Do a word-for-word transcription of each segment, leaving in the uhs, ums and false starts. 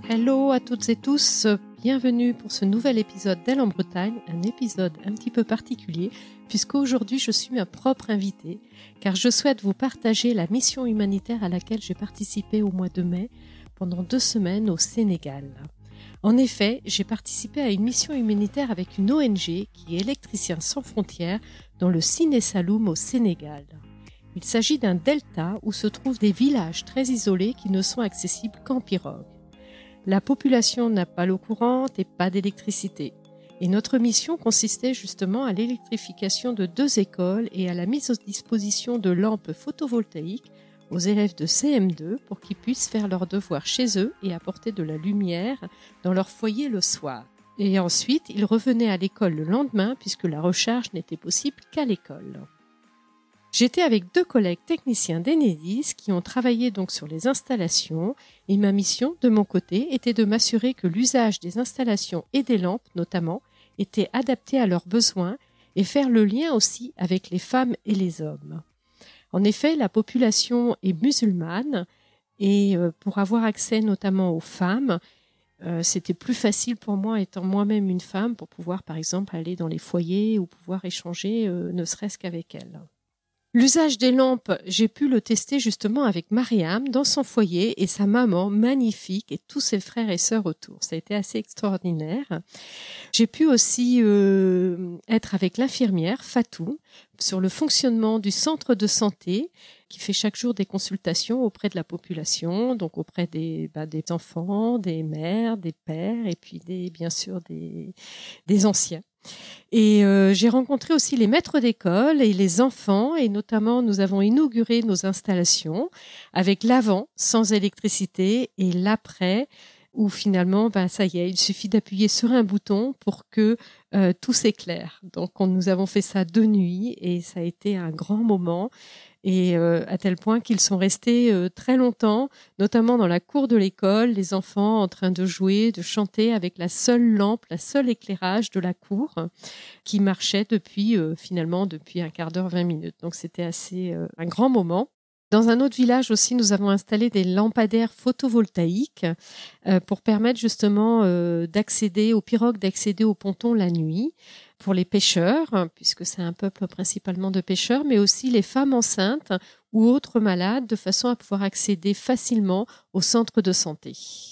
Hello à toutes et tous, bienvenue pour ce nouvel épisode d'Elle en Bretagne, un épisode un petit peu particulier puisqu'aujourd'hui je suis ma propre invitée car je souhaite vous partager la mission humanitaire à laquelle j'ai participé au mois de mai pendant deux semaines au Sénégal. En effet, j'ai participé à une mission humanitaire avec une O N G qui est Électriciens sans frontières dans le Siné Saloum au Sénégal. Il s'agit d'un delta où se trouvent des villages très isolés qui ne sont accessibles qu'en pirogue. La population n'a pas l'eau courante et pas d'électricité. Et notre mission consistait justement à l'électrification de deux écoles et à la mise à disposition de lampes photovoltaïques aux élèves de C M deux pour qu'ils puissent faire leurs devoirs chez eux et apporter de la lumière dans leur foyer le soir. Et ensuite, ils revenaient à l'école le lendemain puisque la recharge n'était possible qu'à l'école. J'étais avec deux collègues techniciens d'Enedis qui ont travaillé donc sur les installations et ma mission, de mon côté, était de m'assurer que l'usage des installations et des lampes, notamment, était adapté à leurs besoins et faire le lien aussi avec les femmes et les hommes. En effet, la population est musulmane et pour avoir accès notamment aux femmes, euh, c'était plus facile pour moi, étant moi-même une femme, pour pouvoir par exemple aller dans les foyers ou pouvoir échanger euh, ne serait-ce qu'avec elles. L'usage des lampes, j'ai pu le tester justement avec Mariam dans son foyer et sa maman magnifique et tous ses frères et sœurs autour. Ça a été assez extraordinaire. J'ai pu aussi euh, être avec l'infirmière Fatou sur le fonctionnement du centre de santé qui fait chaque jour des consultations auprès de la population, donc auprès des, bah, des enfants, des mères, des pères et puis des, bien sûr des, des anciens. Et euh, j'ai rencontré aussi les maîtres d'école et les enfants et notamment nous avons inauguré nos installations avec l'avant sans électricité et l'après où finalement ben ça y est, il suffit d'appuyer sur un bouton pour que euh, tout s'éclaire. Donc on, nous avons fait ça de nuit et ça a été un grand moment. Et euh, à tel point qu'ils sont restés euh, très longtemps, notamment dans la cour de l'école, les enfants en train de jouer, de chanter avec la seule lampe, la seule éclairage de la cour qui marchait depuis euh, finalement depuis un quart d'heure, vingt minutes. Donc c'était assez euh, un grand moment. Dans un autre village aussi, nous avons installé des lampadaires photovoltaïques euh, pour permettre justement euh, d'accéder aux pirogues, d'accéder au ponton la nuit. Pour les pêcheurs, puisque c'est un peuple principalement de pêcheurs, mais aussi les femmes enceintes ou autres malades, de façon à pouvoir accéder facilement au centre de santé.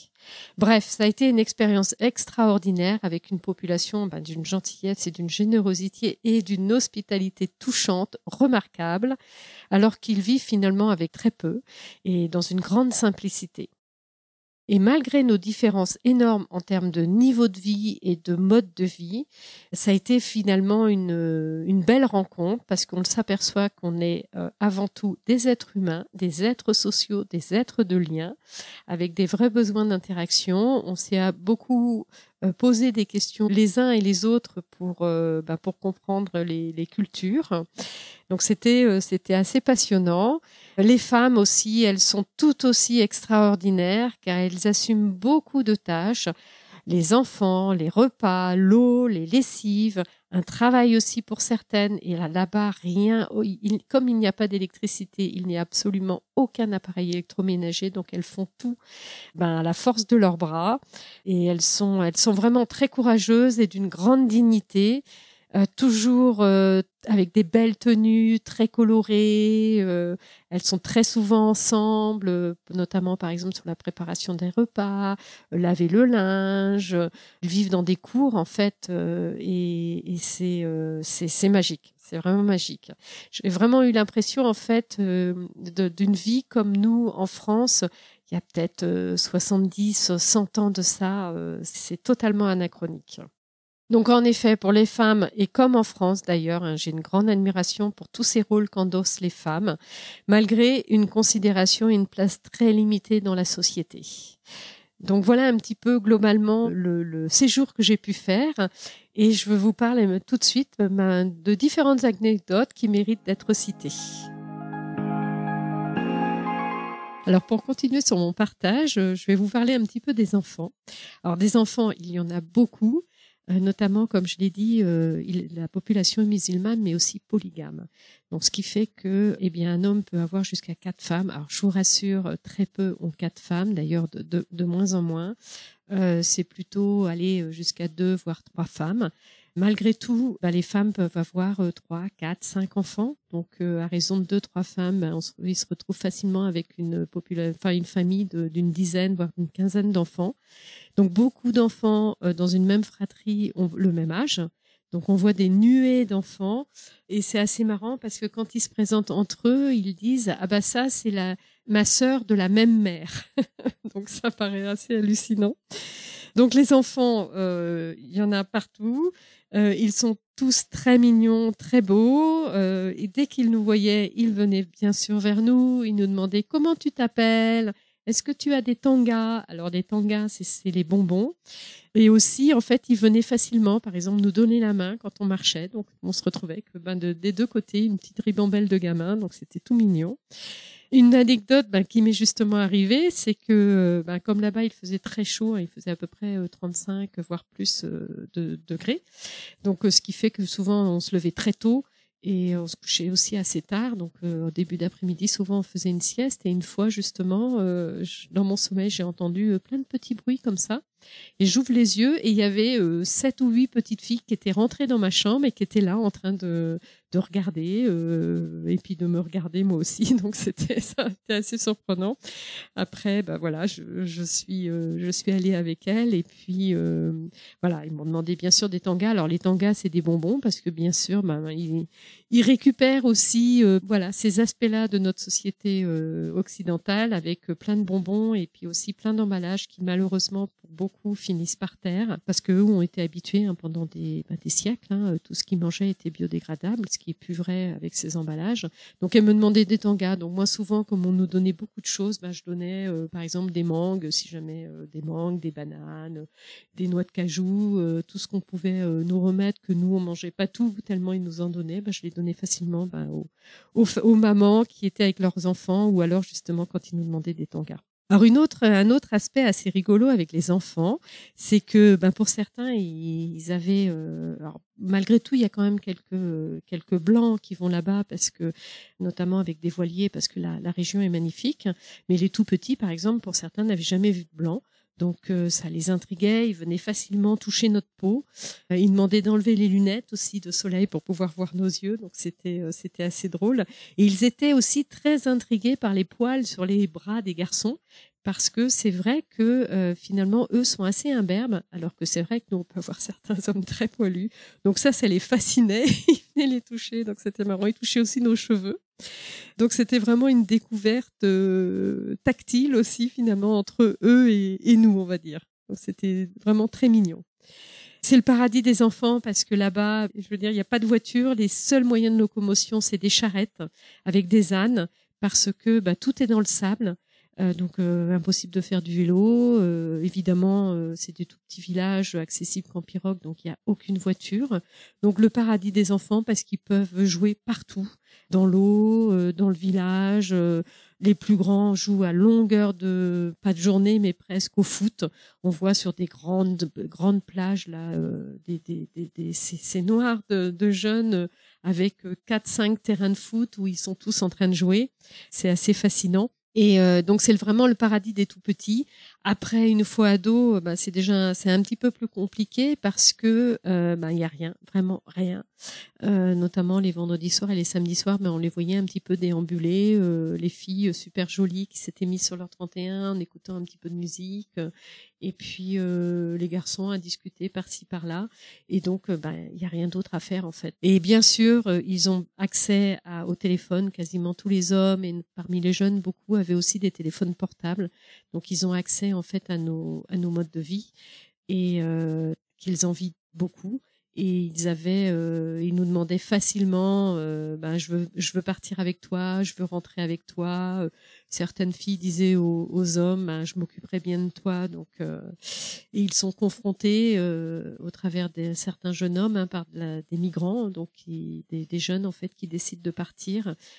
Bref, ça a été une expérience extraordinaire avec une population ben, d'une gentillesse et d'une générosité et d'une hospitalité touchante, remarquable, alors qu'ils vivent finalement avec très peu et dans une grande simplicité. Et malgré nos différences énormes en termes de niveau de vie et de mode de vie, ça a été finalement une, une belle rencontre parce qu'on s'aperçoit qu'on est euh, avant tout des êtres humains, des êtres sociaux, des êtres de lien, avec des vrais besoins d'interaction. On s'est beaucoup euh, posé des questions les uns et les autres pour, euh, bah, pour comprendre les, les cultures. Donc c'était euh, c'était assez passionnant. Les femmes aussi, elles sont tout aussi extraordinaires car elles assument beaucoup de tâches. Les enfants, les repas, l'eau, les lessives, un travail aussi pour certaines. Et là, là-bas, rien, il, comme il n'y a pas d'électricité, il n'y a absolument aucun appareil électroménager. Donc elles font tout ben, à la force de leurs bras. Et elles sont, elles sont vraiment très courageuses et d'une grande dignité. Euh, toujours euh, avec des belles tenues très colorées, euh, elles sont très souvent ensemble, euh, notamment par exemple sur la préparation des repas, euh, laver le linge. Ils vivent dans des cours en fait euh, et, et c'est, euh, c'est, c'est magique, c'est vraiment magique. J'ai vraiment eu l'impression en fait euh, de, d'une vie comme nous en France. Il y a peut-être euh, soixante-dix, cent ans de ça, euh, c'est totalement anachronique. Donc en effet, pour les femmes, et comme en France d'ailleurs, hein, j'ai une grande admiration pour tous ces rôles qu'endossent les femmes, malgré une considération et une place très limitée dans la société. Donc voilà un petit peu globalement le, le séjour que j'ai pu faire et je veux vous parler tout de suite de différentes anecdotes qui méritent d'être citées. Alors pour continuer sur mon partage, je vais vous parler un petit peu des enfants. Alors des enfants, il y en a beaucoup. Euh, notamment, comme je l'ai dit, euh, il, la population est musulmane, mais aussi polygame. Donc, ce qui fait que, eh bien, un homme peut avoir jusqu'à quatre femmes. Alors, je vous rassure, très peu ont quatre femmes, d'ailleurs, de, de, de moins en moins. Euh, c'est plutôt aller jusqu'à deux, voire trois femmes. Malgré tout, bah, les femmes peuvent avoir euh, trois, quatre, cinq enfants. Donc, euh, à raison de deux, trois femmes, bah, on se, ils se retrouvent facilement avec une, popula- enfin, une famille de, d'une dizaine, voire d'une quinzaine d'enfants. Donc, beaucoup d'enfants euh, dans une même fratrie ont le même âge. Donc, on voit des nuées d'enfants. Et c'est assez marrant parce que quand ils se présentent entre eux, ils disent « Ah bah ça, c'est la, ma sœur de la même mère. » Donc, ça paraît assez hallucinant. Donc, les enfants, euh, il y en a partout. Euh, ils sont tous très mignons, très beaux. Euh, et dès qu'ils nous voyaient, ils venaient bien sûr vers nous. Ils nous demandaient « Comment tu t'appelles ? Est-ce que tu as des tangas ?» Alors, les tangas, c'est, c'est les bonbons. Et aussi, en fait, ils venaient facilement, par exemple, nous donner la main quand on marchait. Donc, on se retrouvait avec ben, de, des deux côtés une petite ribambelle de gamins. Donc, c'était tout mignon. Une anecdote ben, qui m'est justement arrivée, c'est que ben, comme là-bas, il faisait très chaud, hein, il faisait à peu près trente-cinq, voire plus euh, de degrés. Donc, euh, ce qui fait que souvent, on se levait très tôt. Et on se couchait aussi assez tard, donc euh, au début d'après-midi, souvent on faisait une sieste. Et une fois, justement, euh, je, dans mon sommeil, j'ai entendu euh, plein de petits bruits comme ça. Et j'ouvre les yeux et il y avait euh, sept ou huit petites filles qui étaient rentrées dans ma chambre et qui étaient là en train de, de regarder euh, et puis de me regarder moi aussi. Donc c'était ça, c'était assez surprenant. Après, bah voilà, je, je suis euh, je suis allée avec elles et puis euh, voilà, ils m'ont demandé bien sûr des tangas. Alors les tangas, c'est des bonbons parce que bien sûr, bah, ils, ils récupèrent aussi euh, voilà ces aspects-là de notre société euh, occidentale avec euh, plein de bonbons et puis aussi plein d'emballages qui malheureusement pour beaucoup finissent par terre parce qu'eux ont été habitués hein, pendant des, bah, des siècles. Hein, tout ce qu'ils mangeaient était biodégradable, ce qui est plus vrai avec ces emballages. Donc elles me demandaient des tangas. Donc moi souvent, comme on nous donnait beaucoup de choses, bah, je donnais euh, par exemple des mangues, si jamais euh, des mangues, des bananes, des noix de cajou, euh, tout ce qu'on pouvait euh, nous remettre, que nous on mangeait pas tout tellement ils nous en donnaient, bah, je les donnais facilement bah, aux, aux, aux mamans qui étaient avec leurs enfants ou alors justement quand ils nous demandaient des tangas. Alors une autre, un autre aspect assez rigolo avec les enfants, c'est que ben pour certains ils avaient, euh, alors malgré tout il y a quand même quelques quelques blancs qui vont là-bas parce que notamment avec des voiliers parce que la, la région est magnifique, mais les tout petits par exemple pour certains n'avaient jamais vu de blanc. Donc euh, ça les intriguait, ils venaient facilement toucher notre peau. Euh, ils demandaient d'enlever les lunettes aussi de soleil pour pouvoir voir nos yeux, donc c'était euh, c'était assez drôle. Et ils étaient aussi très intrigués par les poils sur les bras des garçons, parce que c'est vrai que euh, finalement eux sont assez imberbes, alors que c'est vrai que nous on peut avoir certains hommes très poilus. Donc ça, ça les fascinait. Ils venaient les toucher, donc c'était marrant. Ils touchaient aussi nos cheveux. Donc c'était vraiment une découverte euh, tactile aussi finalement entre eux et, et nous, on va dire. Donc c'était vraiment très mignon. C'est le paradis des enfants parce que là-bas, je veux dire, il n'y a pas de voiture. Les seuls moyens de locomotion, c'est des charrettes avec des ânes parce que bah, tout est dans le sable. Euh, donc euh, impossible de faire du vélo. Euh, évidemment, euh, c'est des tout petits villages accessibles qu'en pirogue, donc il n'y a aucune voiture. Donc le paradis des enfants parce qu'ils peuvent jouer partout, dans l'eau, euh, dans le village. Euh, les plus grands jouent à longueur de, pas de journée, mais presque au foot. On voit sur des grandes grandes plages là, euh, des, des, des, des ces, ces noirs de, de jeunes euh, avec quatre cinq terrains de foot où ils sont tous en train de jouer. C'est assez fascinant. Et euh, donc c'est vraiment le paradis des tout petits. Après, une fois ado, bah, c'est déjà c'est un petit peu plus compliqué parce que euh, bah, il y a rien, vraiment rien. Euh, notamment les vendredis soirs et les samedis soirs, mais on les voyait un petit peu déambuler, euh, les filles super jolies qui s'étaient mises sur leur trente et un en écoutant un petit peu de musique, euh, et puis euh, les garçons à discuter par-ci par-là. Et donc, euh, ben, il y a rien d'autre à faire en fait. Et bien sûr, euh, ils ont accès à, au téléphone, quasiment tous les hommes, et parmi les jeunes, beaucoup avaient aussi des téléphones portables. Donc, ils ont accès en fait à nos à nos modes de vie et euh, qu'ils envient beaucoup. Et ils avaient, euh, ils nous demandaient facilement, euh, ben je veux, je veux partir avec toi, je veux rentrer avec toi. Euh, certaines filles disaient aux, aux hommes, ben, je m'occuperai bien de toi. Donc, euh, et ils sont confrontés euh, au travers de certains jeunes hommes hein, par de la, des migrants, donc qui, des, des jeunes en fait qui décident de partir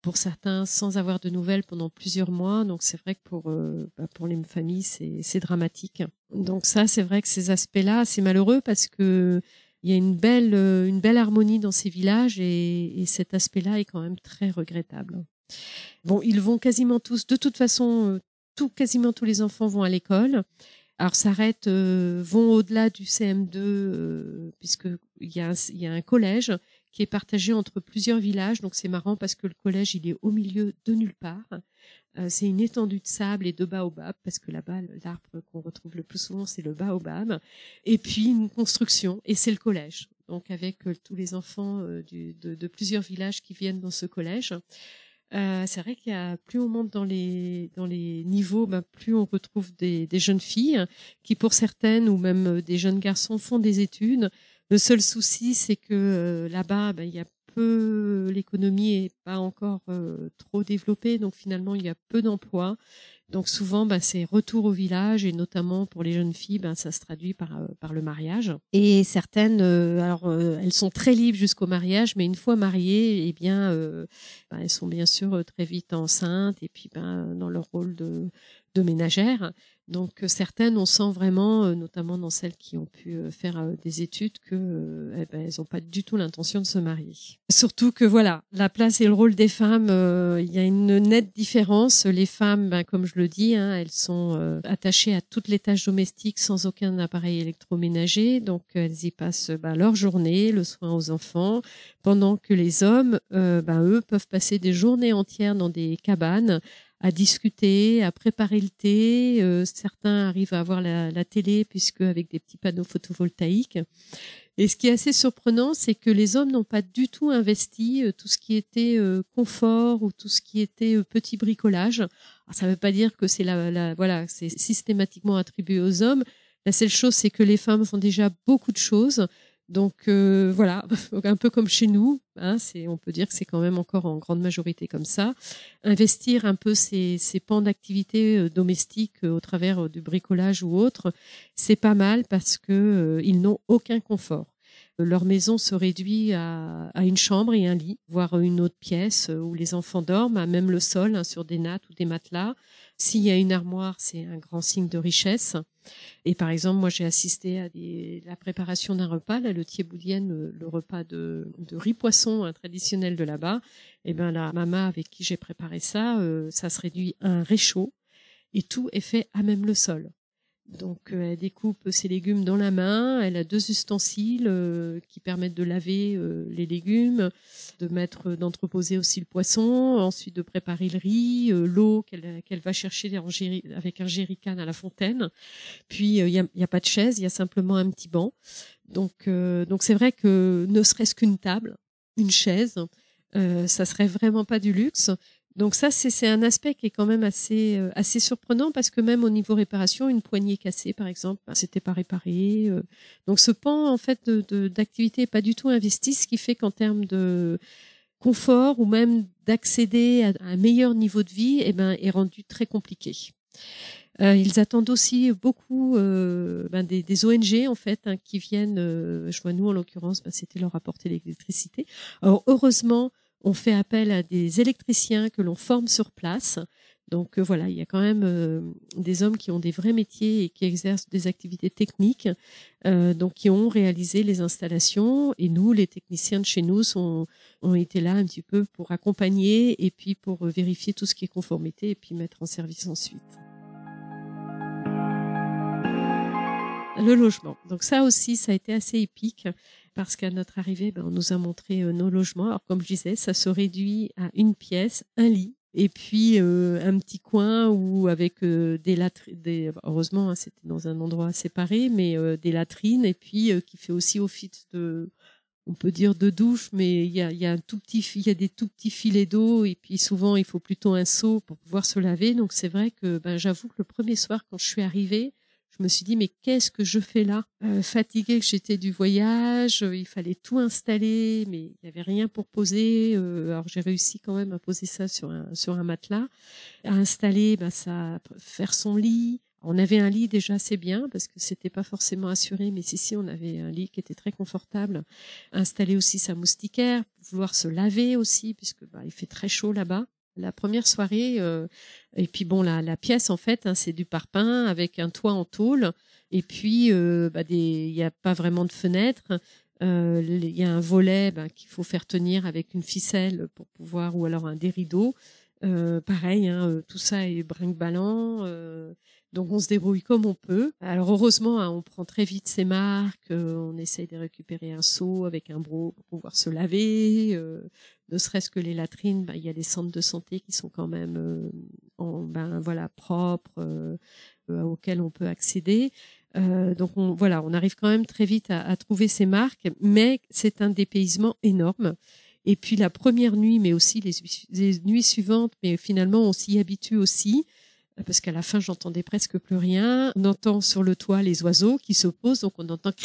pour certains sans avoir de nouvelles pendant plusieurs mois. Donc c'est vrai que pour euh, bah, pour les familles c'est c'est dramatique. Donc ça c'est vrai que ces aspects-là c'est malheureux parce que il y a une belle euh, une belle harmonie dans ces villages et, et cet aspect-là est quand même très regrettable. Bon, ils vont quasiment tous, de toute façon, euh, tout quasiment tous les enfants vont à l'école. Alors s'arrêtent, euh, vont au-delà du C M deux euh, puisque il y a un, il y a un collège qui est partagé entre plusieurs villages. Donc c'est marrant parce que le collège il est au milieu de nulle part. Euh, c'est une étendue de sable et de baobab parce que là-bas l'arbre qu'on retrouve le plus souvent c'est le baobab. Et puis une construction et c'est le collège. Donc avec euh, tous les enfants euh, du, de, de plusieurs villages qui viennent dans ce collège. Euh, c'est vrai qu'il y a plus on monte dans les dans les niveaux, ben, plus on retrouve des, des jeunes filles qui, pour certaines, ou même des jeunes garçons, font des études. Le seul souci, c'est que euh, là-bas, ben, il y a peu, l'économie est pas encore euh, trop développée, donc finalement il y a peu d'emplois. Donc souvent, ben, c'est retour au village et notamment pour les jeunes filles, ben, ça se traduit par, euh, par le mariage. Et certaines, euh, alors euh, elles sont très libres jusqu'au mariage, mais une fois mariées, eh bien, euh, ben, elles sont bien sûr très vite enceintes et puis ben, dans leur rôle de, de ménagère. Donc euh, certaines, on sent vraiment, euh, notamment dans celles qui ont pu euh, faire euh, des études, que euh, eh ben, elles n'ont pas du tout l'intention de se marier. Surtout que voilà, la place et le rôle des femmes, euh, il y a une nette différence. Les femmes, ben, comme je le dis, hein, elles sont euh, attachées à toutes les tâches domestiques sans aucun appareil électroménager. Donc elles y passent ben, leur journée, le soin aux enfants, pendant que les hommes, euh, ben, eux, peuvent passer des journées entières dans des cabanes à discuter, à préparer le thé. Euh, certains arrivent à avoir la, la télé puisque avec des petits panneaux photovoltaïques. Et ce qui est assez surprenant, c'est que les hommes n'ont pas du tout investi euh, tout ce qui était euh, confort ou tout ce qui était euh, petit bricolage. Alors, ça ne veut pas dire que c'est la, la, voilà, c'est systématiquement attribué aux hommes. La seule chose, c'est que les femmes font déjà beaucoup de choses. Donc euh, voilà, un peu comme chez nous, hein, c'est, on peut dire que c'est quand même encore en grande majorité comme ça. Investir un peu ces, ces pans d'activité euh, domestiques euh, au travers euh, du bricolage ou autre, c'est pas mal parce que euh, ils n'ont aucun confort. Leur maison se réduit à, à une chambre et un lit, voire une autre pièce où les enfants dorment, à même le sol, hein, sur des nattes ou des matelas. S'il y a une armoire, c'est un grand signe de richesse. Et par exemple, moi, j'ai assisté à des, la préparation d'un repas, là, le thieboudienne, le, le repas de, de riz poisson, hein, traditionnel de là-bas. Et ben la maman avec qui j'ai préparé ça, euh, ça se réduit à un réchaud et tout est fait à même le sol. Donc, euh, elle découpe ses légumes dans la main. Elle a deux ustensiles euh, qui permettent de laver euh, les légumes, de mettre, d'entreposer aussi le poisson, ensuite de préparer le riz, euh, l'eau qu'elle, qu'elle va chercher en géri, avec un jerrycan à la fontaine. Puis, il euh, n'y a, y a pas de chaise, il y a simplement un petit banc. Donc, euh, donc c'est vrai que ne serait-ce qu'une table, une chaise, euh, ça serait vraiment pas du luxe. Donc ça, c'est, c'est un aspect qui est quand même assez, euh, assez surprenant parce que même au niveau réparation, une poignée cassée, par exemple, ben, c'était pas réparé. Euh. Donc ce pan, en fait, de, de, d'activité n'est pas du tout investi, ce qui fait qu'en termes de confort ou même d'accéder à, à un meilleur niveau de vie, eh ben, est rendu très compliqué. Euh, ils attendent aussi beaucoup euh, ben des, des O N G en fait hein, qui viennent. Euh, je vois nous en l'occurrence, ben, c'était leur apporter l'électricité. Alors heureusement, on fait appel à des électriciens que l'on forme sur place. Donc euh, voilà, il y a quand même euh, des hommes qui ont des vrais métiers et qui exercent des activités techniques, euh, donc qui ont réalisé les installations. Et nous, les techniciens de chez nous, sont, ont été là un petit peu pour accompagner et puis pour vérifier tout ce qui est conformité et puis mettre en service ensuite. Le logement. Donc ça aussi, ça a été assez épique parce qu'à notre arrivée, ben, on nous a montré euh, nos logements. Alors comme je disais, ça se réduit à une pièce, un lit et puis euh, un petit coin où avec euh, des latrines, des... heureusement hein, c'était dans un endroit séparé, mais euh, des latrines et puis euh, qui fait aussi office de, on peut dire de douche, mais il y a, il y a un tout petit, il y a des tout petits filets d'eau et puis souvent il faut plutôt un seau pour pouvoir se laver. Donc c'est vrai que ben, j'avoue que le premier soir quand je suis arrivée, je me suis dit, mais qu'est-ce que je fais là euh, Fatiguée que j'étais du voyage, euh, il fallait tout installer, mais il n'y avait rien pour poser. Euh, alors j'ai réussi quand même à poser ça sur un, sur un matelas. À installer, ben, ça, faire son lit. On avait un lit déjà assez bien parce que c'était pas forcément assuré, mais si, si, on avait un lit qui était très confortable. Installer aussi sa moustiquaire, vouloir se laver aussi puisque bah, il fait très chaud là-bas. La première soirée, euh, et puis bon, la, la pièce en fait, hein, c'est du parpaing avec un toit en tôle, et puis euh, bah, des, il n'y a pas vraiment de fenêtre. Euh, Il y a un volet bah, qu'il faut faire tenir avec une ficelle pour pouvoir, ou alors un des rideaux. Euh, pareil, hein, euh, tout ça est brinque-ballant. Euh, donc on se débrouille comme on peut. Alors heureusement, hein, on prend très vite ses marques. Euh, on essaye de récupérer un seau avec un broc pour pouvoir se laver. Euh, ne serait-ce que les latrines, bah, il y a des centres de santé qui sont quand même euh, en, ben, voilà, propres, euh, euh, auxquels on peut accéder. Euh, donc on, voilà, on arrive quand même très vite à, à trouver ces marques, mais c'est un dépaysement énorme. Et puis la première nuit, mais aussi les, les nuits suivantes, mais finalement on s'y habitue aussi, parce qu'à la fin j'entendais presque plus rien. On entend sur le toit les oiseaux qui se posent, donc on entend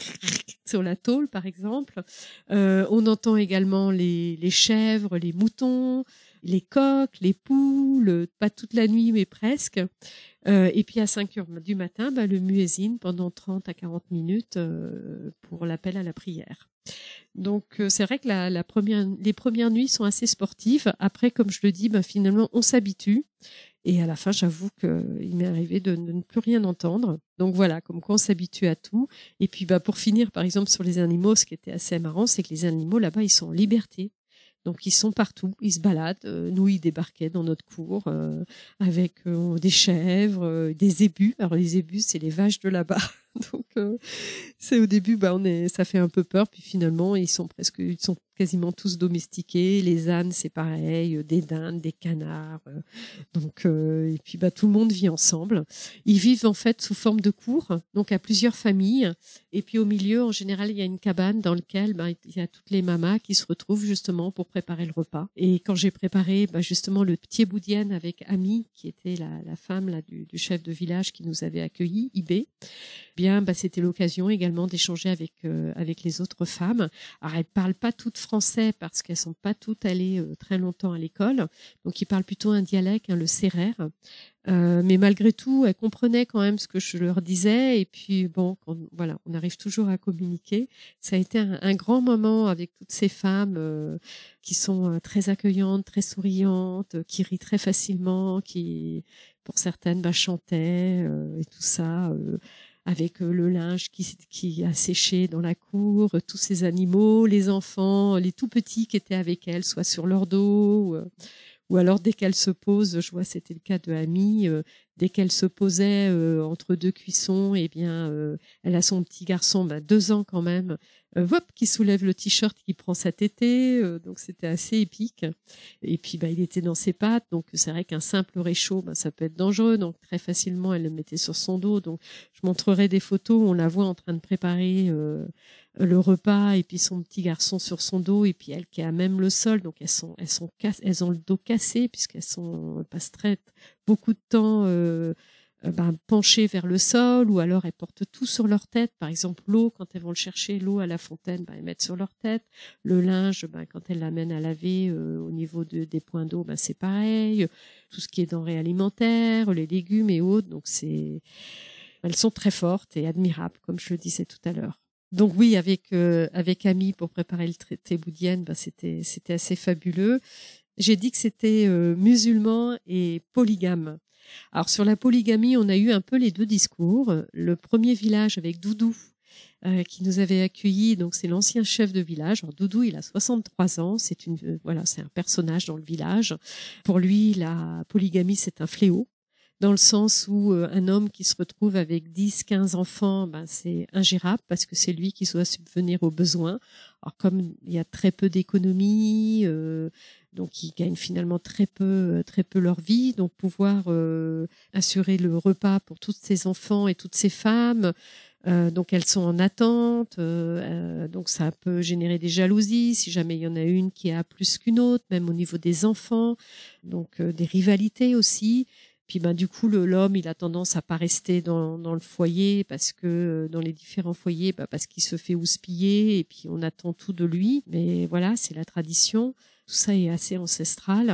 sur la tôle par exemple. Euh, on entend également les, les chèvres, les moutons, les coqs, les poules, pas toute la nuit mais presque. Euh, et puis à cinq heures du matin, bah, le muezzin pendant trente à quarante minutes euh, pour l'appel à la prière. Donc euh, c'est vrai que la, la première, les premières nuits sont assez sportives. Après, comme je le dis, bah, finalement on s'habitue. Et à la fin, j'avoue qu'il m'est arrivé de, de ne plus rien entendre. Donc voilà, comme quoi on s'habitue à tout. Et puis bah, pour finir, par exemple, sur les animaux, ce qui était assez marrant, c'est que les animaux là-bas, ils sont en liberté. Donc ils sont partout, ils se baladent. Euh, nous, ils débarquaient dans notre cour euh, avec euh, des chèvres, euh, des zébus. Alors les zébus, c'est les vaches de là-bas. Donc euh, c'est au début, bah on est, ça fait un peu peur. Puis finalement, ils sont presque, ils sont quasiment tous domestiqués. Les ânes, c'est pareil, euh, des dindes, des canards. Euh, donc euh, et puis bah tout le monde vit ensemble. Ils vivent en fait sous forme de cour, donc à plusieurs familles. Et puis au milieu, en général, il y a une cabane dans laquelle bah, il y a toutes les mamas qui se retrouvent justement pour préparer le repas. Et quand j'ai préparé bah, justement le petit boudienne avec Ami, qui était la, la femme là du, du chef de village qui nous avait accueillis, Ibé, bien bah, c'était l'occasion également d'échanger avec euh, avec les autres femmes. Alors elles parlent pas toutes français parce qu'elles sont pas toutes allées euh, très longtemps à l'école, donc ils parlent plutôt un dialecte, hein, le sérère. Euh, mais malgré tout, elles comprenaient quand même ce que je leur disais. Et puis bon, quand, voilà, on arrive toujours à communiquer. Ça a été un, un grand moment avec toutes ces femmes euh, qui sont euh, très accueillantes, très souriantes, euh, qui rient très facilement, qui, pour certaines, bah, chantaient euh, et tout ça. Euh, avec euh, le linge qui, qui a séché dans la cour, euh, tous ces animaux, les enfants, les tout petits qui étaient avec elles, soit sur leur dos, euh, ou alors dès qu'elle se pose, je vois c'était le cas de Ami, euh, dès qu'elle se posait euh, entre deux cuissons, eh bien euh, elle a son petit garçon, bah, deux ans quand même, euh, hop, qui soulève le t-shirt, qui prend sa tétée, euh, donc c'était assez épique. Et puis bah il était dans ses pattes, donc c'est vrai qu'un simple réchaud, bah, ça peut être dangereux, donc très facilement elle le mettait sur son dos. Donc je montrerai des photos où on la voit en train de préparer euh, le repas et puis son petit garçon sur son dos et puis elle qui est à même le sol, donc elles sont elles sont cass- elles ont le dos cassé puisqu'elles sont elles passent très beaucoup de temps euh, euh, ben, penchées vers le sol, ou alors elles portent tout sur leur tête. Par exemple l'eau, quand elles vont le chercher, l'eau à la fontaine, ben, elles mettent sur leur tête. Le linge, ben, quand elles l'amènent à laver euh, au niveau de, des points d'eau, ben, c'est pareil. Tout ce qui est denrées alimentaires, les légumes et autres, donc c'est elles sont très fortes et admirables, comme je le disais tout à l'heure. Donc oui, avec euh, avec Ami pour préparer le thé boudienne, bah, c'était c'était assez fabuleux. J'ai dit que c'était euh, musulman et polygame. Alors sur la polygamie, on a eu un peu les deux discours. Le premier village avec Doudou euh, qui nous avait accueillis, donc c'est l'ancien chef de village. Alors Doudou, il a soixante-trois ans, c'est une euh, voilà, c'est un personnage dans le village. Pour lui, la polygamie, c'est un fléau, dans le sens où euh, un homme qui se retrouve avec dix, quinze enfants, ben, c'est ingérable parce que c'est lui qui doit subvenir aux besoins. Alors comme il y a très peu d'économies, euh, donc ils gagnent finalement très peu, très peu leur vie, donc pouvoir euh, assurer le repas pour tous ces enfants et toutes ces femmes, euh, donc elles sont en attente, euh, euh, donc ça peut générer des jalousies si jamais il y en a une qui a plus qu'une autre, même au niveau des enfants, donc euh, des rivalités aussi. Puis ben du coup le, l'homme il a tendance à pas rester dans, dans le foyer parce que dans les différents foyers, bah, parce qu'il se fait houspiller et puis on attend tout de lui. Mais voilà, c'est la tradition. Tout ça est assez ancestral.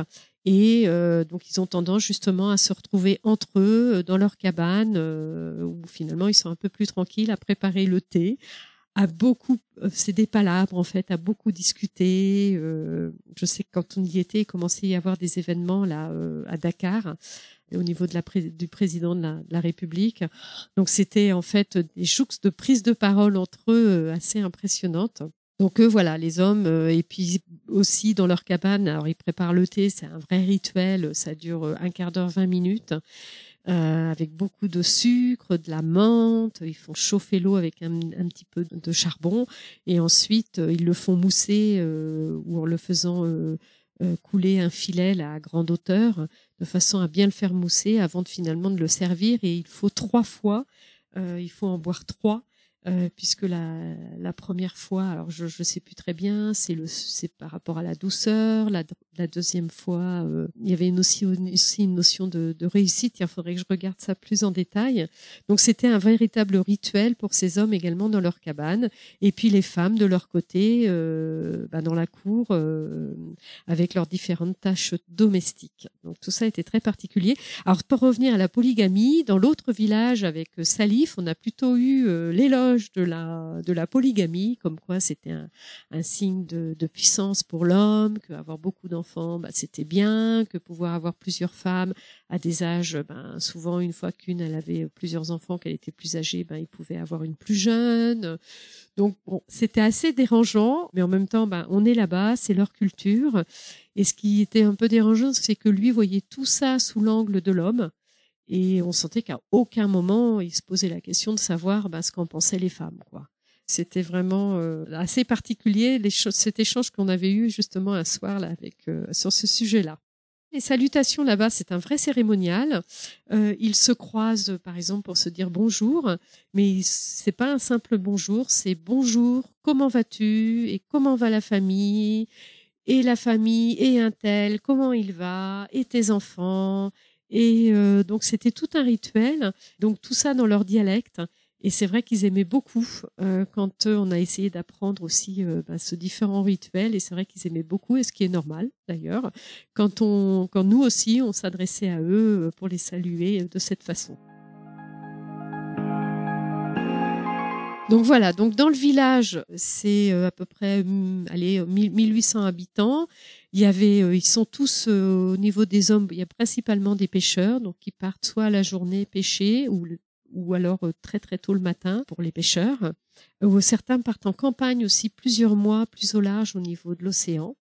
Et euh, donc, ils ont tendance justement à se retrouver entre eux dans leur cabane euh, où finalement, ils sont un peu plus tranquilles à préparer le thé, à beaucoup, c'est des palabres en fait, à beaucoup discuter. Euh, je sais que quand on y était, il commençait à y avoir des événements là euh, à Dakar au niveau de la pré- du président de la, de la République. Donc c'était en fait des jouxtes de prise de parole entre eux euh, assez impressionnantes. Donc eux, voilà, les hommes, euh, et puis aussi dans leur cabane, alors ils préparent le thé, c'est un vrai rituel, ça dure euh, un quart d'heure, vingt minutes. Euh, avec beaucoup de sucre, de la menthe. Ils font chauffer l'eau avec un, un petit peu de charbon et ensuite euh, ils le font mousser euh, ou en le faisant euh, euh, couler un filet là, à grande hauteur de façon à bien le faire mousser avant de finalement de le servir. Et il faut trois fois, euh, il faut en boire trois. Euh, puisque la, la première fois, alors je ne sais plus très bien, c'est le c'est par rapport à la douceur. La, la deuxième fois, euh, il y avait une aussi, aussi une notion de, de réussite. Il faudrait que je regarde ça plus en détail. Donc c'était un véritable rituel pour ces hommes également dans leur cabane. Et puis les femmes de leur côté, euh, bah, dans la cour, euh, avec leurs différentes tâches domestiques. Donc tout ça était très particulier. Alors pour revenir à la polygamie, dans l'autre village avec Salif, on a plutôt eu euh, l'éloge de la, de la polygamie, comme quoi c'était un, un signe de, de puissance pour l'homme, qu'avoir beaucoup d'enfants, bah, c'était bien, que pouvoir avoir plusieurs femmes à des âges, ben, souvent une fois qu'une, elle avait plusieurs enfants, qu'elle était plus âgée, ben, il pouvait avoir une plus jeune. Donc bon, c'était assez dérangeant, mais en même temps, ben, on est là-bas, c'est leur culture. Et ce qui était un peu dérangeant, c'est que lui voyait tout ça sous l'angle de l'homme. Et on sentait qu'à aucun moment, il se posait la question de savoir bah, ce qu'en pensaient les femmes, quoi. C'était vraiment euh, assez particulier, les cho- cet échange qu'on avait eu justement un soir là, avec, euh, sur ce sujet-là. Les salutations là-bas, c'est un vrai cérémonial. Euh, ils se croisent, par exemple, pour se dire bonjour, mais c'est pas un simple bonjour, c'est bonjour, comment vas-tu et comment va la famille et la famille et un tel, comment il va et tes enfants. Et euh, donc c'était tout un rituel, donc tout ça dans leur dialecte. Et c'est vrai qu'ils aimaient beaucoup euh, quand euh, on a essayé d'apprendre aussi euh, bah, ce différent rituel. Et c'est vrai qu'ils aimaient beaucoup, et ce qui est normal d'ailleurs, quand, on, quand nous aussi on s'adressait à eux euh, pour les saluer de cette façon. Donc voilà, donc dans le village, c'est euh, à peu près hum, allez, mille huit cents habitants. Il y avait, euh, ils sont tous euh, au niveau des hommes, il y a principalement des pêcheurs, donc qui partent soit à la journée pêcher ou, le- ou alors euh, très très tôt le matin pour les pêcheurs. Ou certains partent en campagne aussi plusieurs mois plus au large au niveau de l'océan.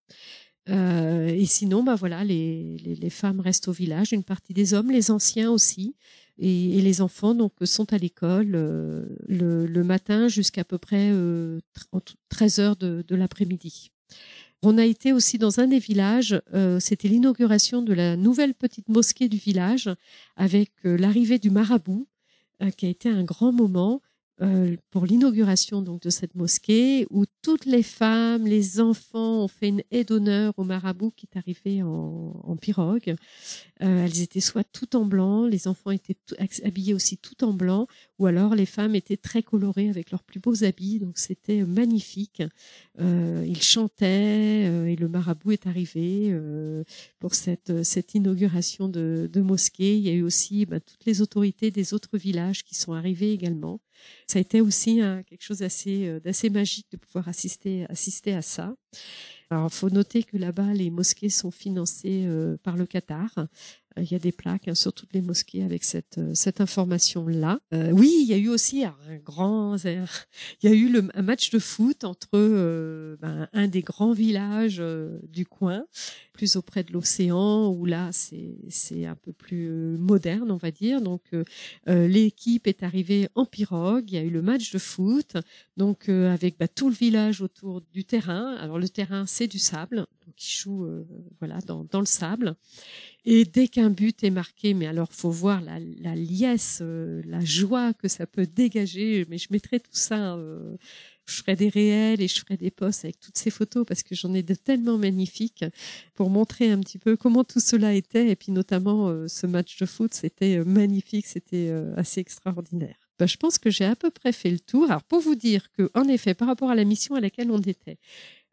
Euh, et sinon, bah voilà, les, les, les femmes restent au village, une partie des hommes, les anciens aussi, et, et les enfants donc sont à l'école euh, le, le matin jusqu'à peu près euh, treize heures de, de l'après-midi. On a été aussi dans un des villages, euh, c'était l'inauguration de la nouvelle petite mosquée du village avec euh, l'arrivée du marabout, euh, qui a été un grand moment euh, pour l'inauguration donc de cette mosquée où toutes les femmes, les enfants ont fait une aide d'honneur au marabout qui est arrivé en, en pirogue. Euh, elles étaient soit tout en blanc, les enfants étaient tout, habillés aussi tout en blanc, ou alors les femmes étaient très colorées avec leurs plus beaux habits, donc c'était magnifique. Euh, ils chantaient euh, et le marabout est arrivé euh, pour cette, cette inauguration de, de mosquée. Il y a eu aussi bah, toutes les autorités des autres villages qui sont arrivées également. Ça a été aussi hein, quelque chose d'assez, d'assez magique de pouvoir assister, assister à ça. Alors, il faut noter que là-bas, les mosquées sont financées euh, par le Qatar. Euh, il y a des plaques hein, sur toutes les mosquées avec cette, euh, cette information-là. Euh, oui, il y a eu aussi alors, un grand... Il y a eu le, un match de foot entre euh, ben, un des grands villages euh, du coin, plus auprès de l'océan, où là, c'est, c'est un peu plus moderne, on va dire. Donc, euh, euh, l'équipe est arrivée en pirogue. Il y a eu le match de foot, donc euh, avec bah, tout le village autour du terrain. Alors, le terrain, c'est du sable, donc ils jouent euh, voilà, dans, dans le sable. Et dès qu'un but est marqué, mais alors faut voir la, la liesse, euh, la joie que ça peut dégager. Mais je mettrai tout ça, euh, je ferai des réels et je ferai des posts avec toutes ces photos parce que j'en ai de tellement magnifiques pour montrer un petit peu comment tout cela était. Et puis notamment euh, ce match de foot, c'était euh, magnifique, c'était euh, assez extraordinaire. Ben, je pense que j'ai à peu près fait le tour. Alors pour vous dire que, en effet, par rapport à la mission à laquelle on était,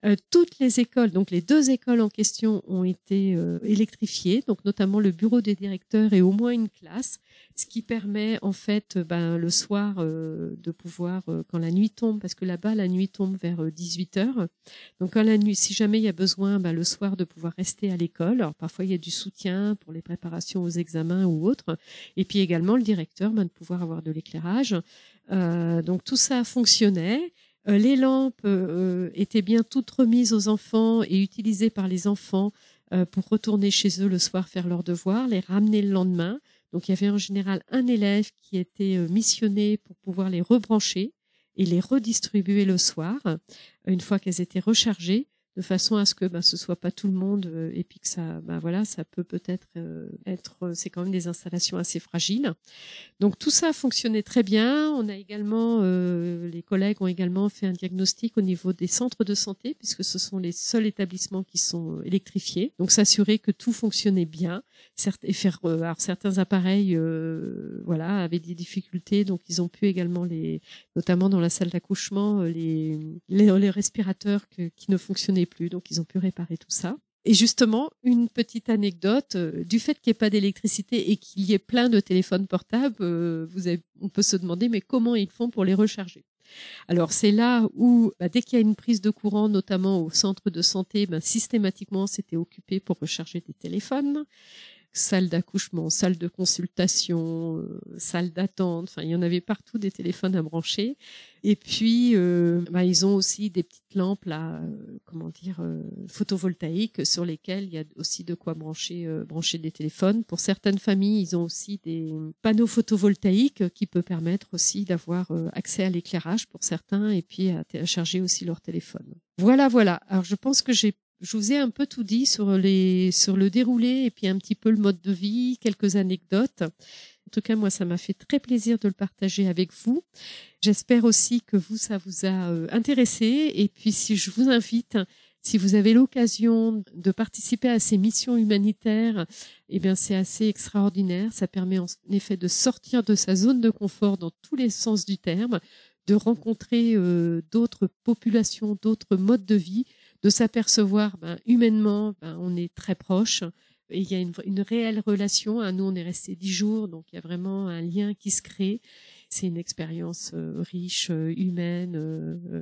Euh, toutes les écoles, donc les deux écoles en question ont été euh, électrifiées, donc notamment le bureau des directeurs et au moins une classe, ce qui permet en fait ben, le soir euh, de pouvoir, euh, quand la nuit tombe, parce que là-bas la nuit tombe vers euh, dix-huit heures, donc quand la nuit, si jamais il y a besoin, ben, le soir de pouvoir rester à l'école. Alors parfois il y a du soutien pour les préparations aux examens ou autres, et puis également le directeur ben, de pouvoir avoir de l'éclairage. Euh, donc tout ça fonctionnait. Euh, les lampes euh, étaient bien toutes remises aux enfants et utilisées par les enfants euh, pour retourner chez eux le soir faire leurs devoirs, les ramener le lendemain. Donc il y avait en général un élève qui était euh, missionné pour pouvoir les rebrancher et les redistribuer le soir, une fois qu'elles étaient rechargées, de façon à ce que ben, ce soit pas tout le monde euh, et puis que ça, ben, voilà, ça peut peut-être euh, être, c'est quand même des installations assez fragiles. Donc tout ça fonctionnait très bien. On a également, euh, les collègues ont également fait un diagnostic au niveau des centres de santé, puisque ce sont les seuls établissements qui sont électrifiés. Donc s'assurer que tout fonctionnait bien. Certes, et faire, euh, alors certains appareils, euh, voilà, avaient des difficultés, donc ils ont pu également les, notamment dans la salle d'accouchement, les les, les respirateurs que, qui ne fonctionnaient plus, donc ils ont pu réparer tout ça. Et justement, une petite anecdote, euh, du fait qu'il n'y ait pas d'électricité et qu'il y ait plein de téléphones portables, euh, vous avez, on peut se demander mais comment ils font pour les recharger. Alors c'est là où, bah, dès qu'il y a une prise de courant, notamment au centre de santé, bah, systématiquement c'était occupé pour recharger des téléphones. Salle d'accouchement, salle de consultation, euh, salle d'attente, enfin il y en avait partout des téléphones à brancher. Et puis euh, bah, ils ont aussi des petites lampes là, euh, comment dire, euh, photovoltaïques sur lesquelles il y a aussi de quoi brancher euh, brancher des téléphones. Pour certaines familles, ils ont aussi des panneaux photovoltaïques qui peuvent permettre aussi d'avoir euh, accès à l'éclairage pour certains et puis à, à charger aussi leur téléphone. Voilà, voilà. Alors je pense que j'ai Je vous ai un peu tout dit sur les sur le déroulé et puis un petit peu le mode de vie, quelques anecdotes. En tout cas, moi, ça m'a fait très plaisir de le partager avec vous. J'espère aussi que vous, ça vous a euh, intéressé. Et puis, si je vous invite, si vous avez l'occasion de participer à ces missions humanitaires, eh bien, c'est assez extraordinaire. Ça permet en effet de sortir de sa zone de confort dans tous les sens du terme, de rencontrer euh, d'autres populations, d'autres modes de vie, de s'apercevoir ben, humainement, ben, on est très proches et il y a une, une réelle relation. Nous, on est resté dix jours, donc il y a vraiment un lien qui se crée. C'est une expérience euh, riche, euh, humaine, euh,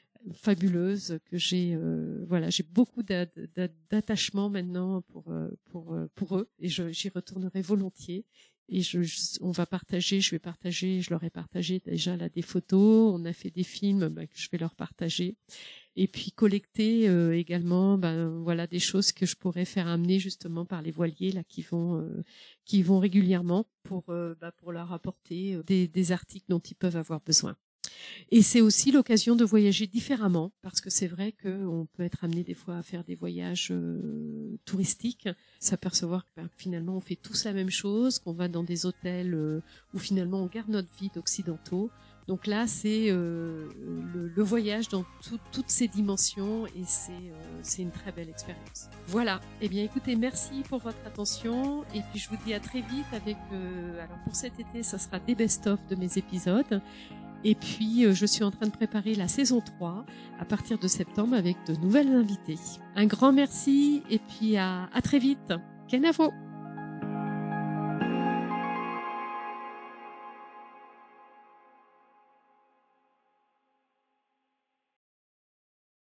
fabuleuse que j'ai. Euh, voilà, j'ai beaucoup d'a, d'a, d'attachement maintenant pour euh, pour pour eux et je, j'y retournerai volontiers. Et je, je, on va partager, je vais partager, je leur ai partagé déjà là des photos, on a fait des films ben, que je vais leur partager. Et puis collecter euh, également ben voilà des choses que je pourrais faire amener justement par les voiliers là qui vont euh, qui vont régulièrement pour euh, ben, pour leur apporter des, des articles dont ils peuvent avoir besoin. Et c'est aussi l'occasion de voyager différemment, parce que c'est vrai qu'on peut être amené des fois à faire des voyages euh, touristiques, s'apercevoir que ben, finalement on fait tous la même chose, qu'on va dans des hôtels euh, où finalement on garde notre vie d'occidentaux. Donc là, c'est euh, le, le voyage dans tout, toutes ses dimensions et c'est, euh, c'est une très belle expérience. Voilà. Eh bien, écoutez, merci pour votre attention et puis je vous dis à très vite avec... Euh, alors pour cet été, ça sera des best-of de mes épisodes. Et puis, euh, je suis en train de préparer la saison trois à partir de septembre avec de nouvelles invités. Un grand merci et puis à, à très vite. Kenavo!